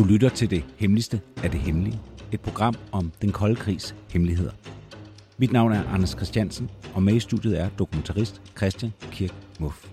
Du lytter til det hemmeligste af det hemmelige. Et program om den kolde krigs hemmeligheder. Mit navn er Anders Christiansen, og med i studiet er dokumentarist Christian Kirk Muff.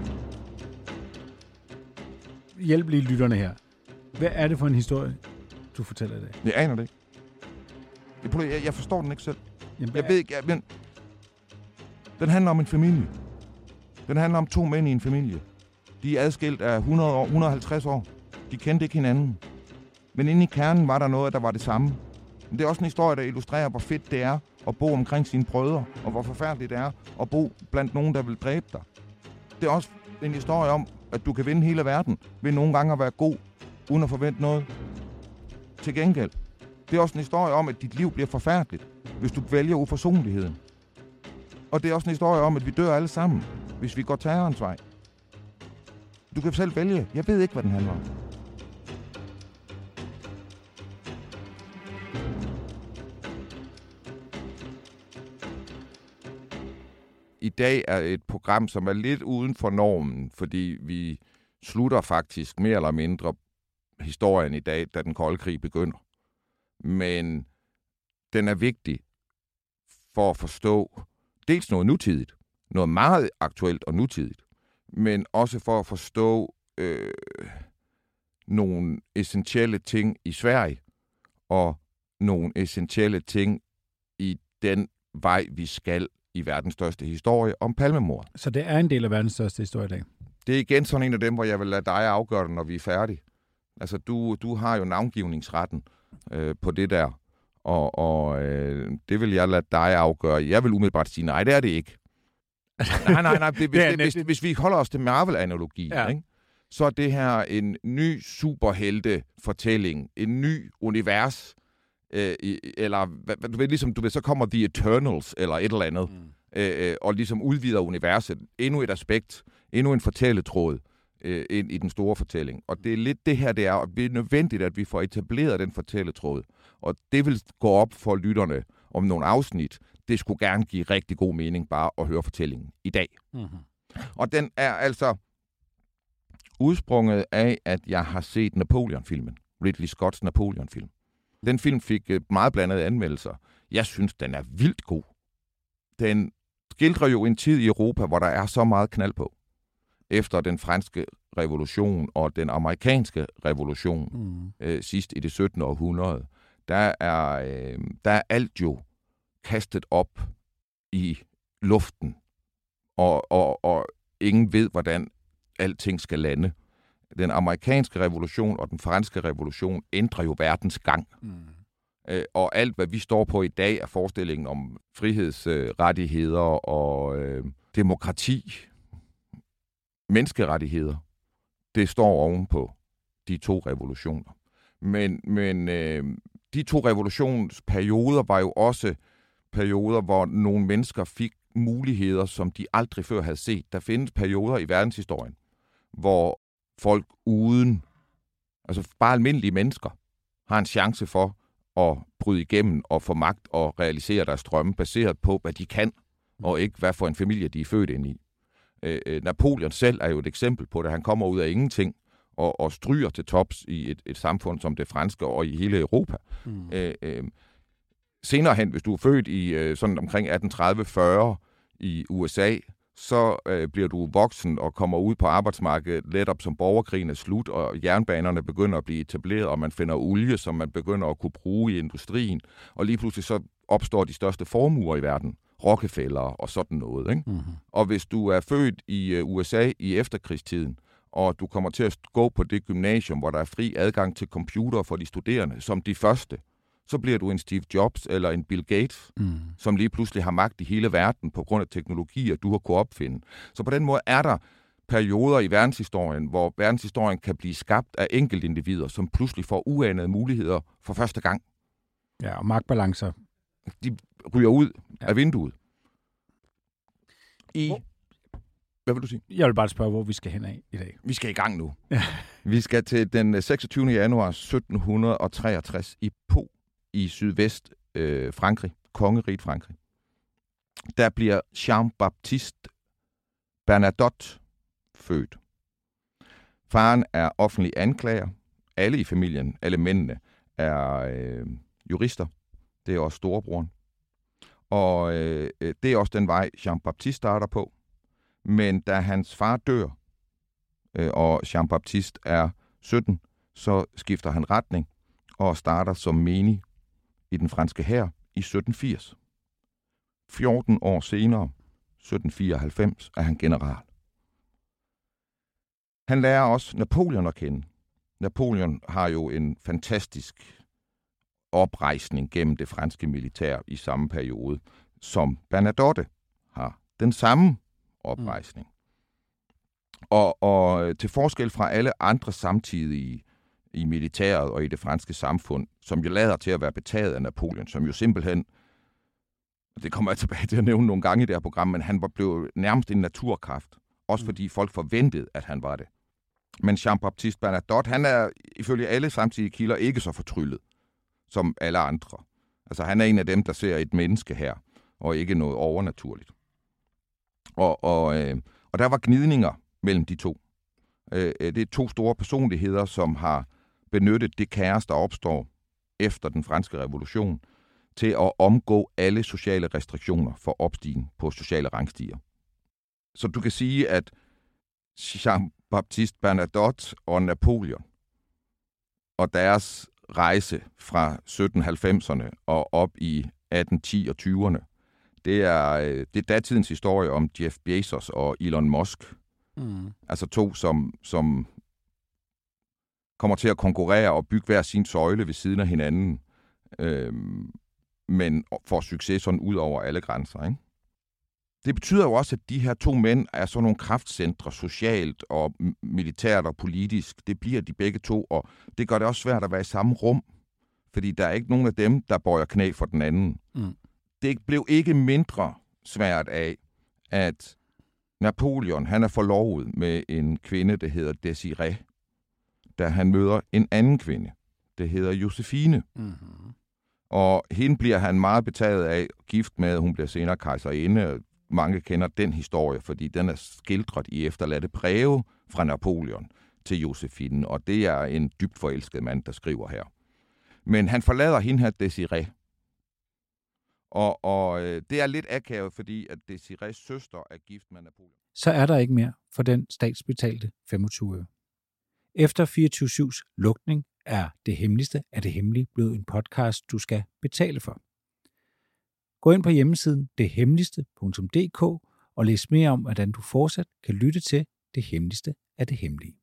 Hjælp lige lytterne her. Hvad er det for en historie, du fortæller i dag? Jeg aner det ikke. Jeg forstår den ikke selv. Jamen, Jeg ved ikke, men den handler om en familie. Den handler om to mænd i en familie. De er adskilt af 100 år, 150 år. De kendte ikke hinanden. Men inde i kernen var der noget, der var det samme. Men det er også en historie, der illustrerer, hvor fedt det er at bo omkring sine brødre, og hvor forfærdeligt det er at bo blandt nogen, der vil dræbe dig. Det er også en historie om, at du kan vinde hele verden ved nogle gange at være god, uden at forvente noget til gengæld. Det er også en historie om, at dit liv bliver forfærdeligt, hvis du vælger uforsonligheden. Og det er også en historie om, at vi dør alle sammen, hvis vi går terrorens vej. Du kan selv vælge. Jeg ved ikke, hvad den handler om. I dag er et program, som er lidt uden for normen, fordi vi slutter faktisk mere eller mindre historien i dag, da den kolde krig begynder. Men den er vigtig for at forstå dels noget nutidigt, noget meget aktuelt og nutidigt, men også for at forstå nogle essentielle ting i Sverige og nogle essentielle ting i den vej, vi skal i verdens største historie om Palmemordet. Så det er en del af verdens største historie i dag? Det er igen sådan en af dem, hvor jeg vil lade dig afgøre det, når vi er færdige. Altså, du har jo navngivningsretten på det der, og det vil jeg lade dig afgøre. Jeg vil umiddelbart sige, nej, det er det ikke. Nej. Hvis vi holder os til Marvel-analogien, ja, ikke? Så er det her en ny superhelte-fortælling, en ny univers, eller du ved, ligesom, så kommer The Eternals, eller et eller andet, og ligesom udvider universet. Endnu et aspekt, endnu en fortælletråd ind i den store fortælling. Og det er lidt det her, det er, og det er nødvendigt, at vi får etableret den fortælletråd. Og det vil gå op for lytterne om nogle afsnit. Det skulle gerne give rigtig god mening bare at høre fortællingen i dag. Mm-hmm. Og den er altså udsprunget af, at jeg har set Napoleon-filmen. Ridley Scotts Napoleon-film. Den film fik meget blandede anmeldelser. Jeg synes, den er vildt god. Den skildrer jo en tid i Europa, hvor der er så meget knald på. Efter den franske revolution og den amerikanske revolution sidst i det 17. århundrede, der er alt jo kastet op i luften, og ingen ved, hvordan alting skal lande. Den amerikanske revolution og den franske revolution ændrer jo verdens gang. Og alt, hvad vi står på i dag, er forestillingen om frihedsrettigheder og demokrati, menneskerettigheder. Det står ovenpå de to revolutioner. Men de to revolutionsperioder var jo også perioder, hvor nogle mennesker fik muligheder, som de aldrig før havde set. Der findes perioder i verdenshistorien, hvor folk altså bare almindelige mennesker, har en chance for at bryde igennem og få magt og realisere deres drømme, baseret på, hvad de kan, og ikke hvad for en familie, de er født ind i. Napoleon selv er jo et eksempel på det. Han kommer ud af ingenting og stryger til tops i et samfund som det franske og i hele Europa. Senere hen, hvis du er født i sådan omkring 1830-40 i USA, så bliver du voksen og kommer ud på arbejdsmarkedet let op, som borgerkrigen er slut, og jernbanerne begynder at blive etableret, og man finder olie, som man begynder at kunne bruge i industrien. Og lige pludselig så opstår de største formuer i verden. Rockefeller og sådan noget. Ikke? Mm-hmm. Og hvis du er født i USA i efterkrigstiden, og du kommer til at gå på det gymnasium, hvor der er fri adgang til computer for de studerende, som de første, så bliver du en Steve Jobs eller en Bill Gates, som lige pludselig har magt i hele verden på grund af teknologier, du har kunnet opfinde. Så på den måde er der perioder i verdenshistorien, hvor verdenshistorien kan blive skabt af enkeltindivider, som pludselig får uanede muligheder for første gang. Ja, og magtbalancer. De ryger ud af vinduet. Hvad vil du sige? Jeg vil bare spørge, hvor vi skal hen af i dag. Vi skal i gang nu. Ja. Vi skal til den 26. januar 1763 i Pau i sydvest Frankrig, kongeriget Frankrig. Der bliver Jean-Baptiste Bernadotte født. Faren er offentlig anklager, alle i familien, alle mændene, er jurister. Det er også storebroren. Og det er også den vej, Jean-Baptiste starter på. Men da hans far dør, og Jean-Baptiste er 17, så skifter han retning og starter som menig i den franske hær i 1780. 14 år senere, 1794, er han general. Han lærer også Napoleon at kende. Napoleon har jo en fantastisk oprejsning gennem det franske militær i samme periode, som Bernadotte har den samme oprejsning. Og til forskel fra alle andre samtidige i militæret og i det franske samfund, som jo lader til at være betaget af Napoleon, som jo simpelthen, det kommer jeg tilbage til at nævne nogle gange i det her program, men han blev nærmest en naturkraft, også fordi folk forventede, at han var det. Men Jean-Baptiste Bernadotte, han er ifølge alle samtidige kilder ikke så fortryllet som alle andre. Altså han er en af dem, der ser et menneske her, og ikke noget overnaturligt. Og der var gnidninger mellem de to. Det er to store personligheder, som har benyttet det kaos, der opstår efter den franske revolution, til at omgå alle sociale restriktioner for opstigen på sociale rangstiger. Så du kan sige, at Jean-Baptiste Bernadotte og Napoleon og deres rejse fra 1790'erne og op i 1810 og 20'erne, det er datidens historie om Jeff Bezos og Elon Musk. Altså to, som kommer til at konkurrere og bygge hver sin søjle ved siden af hinanden, men får succes sådan ud over alle grænser, ikke? Det betyder jo også, at de her to mænd er sådan nogle kraftcentre, socialt og militært og politisk. Det bliver de begge to, og det gør det også svært at være i samme rum, fordi der er ikke nogen af dem, der bøjer knæ for den anden. Det blev ikke mindre svært af, at Napoleon, han er forlovet med en kvinde, der hedder Desirée, da han møder en anden kvinde, der hedder Josephine. Og hende bliver han meget betaget af, gift med, hun bliver senere kejserinde. Mange kender den historie, fordi den er skildret i efterladte breve fra Napoleon til Josephine, og det er en dybt forelsket mand, der skriver her. Men han forlader hende her, Desirée. Og det er lidt akavet, fordi at Desirées søster er gift med Napoleon. Så er der ikke mere for den statsbetalte 25 øre. Efter 24/7's lukning er Det Hemmeligste af det Hemmelige blevet en podcast, du skal betale for. Gå ind på hjemmesiden dethemmeligste.dk og læs mere om, hvordan du fortsat kan lytte til Det Hemmeligste af det Hemmelige.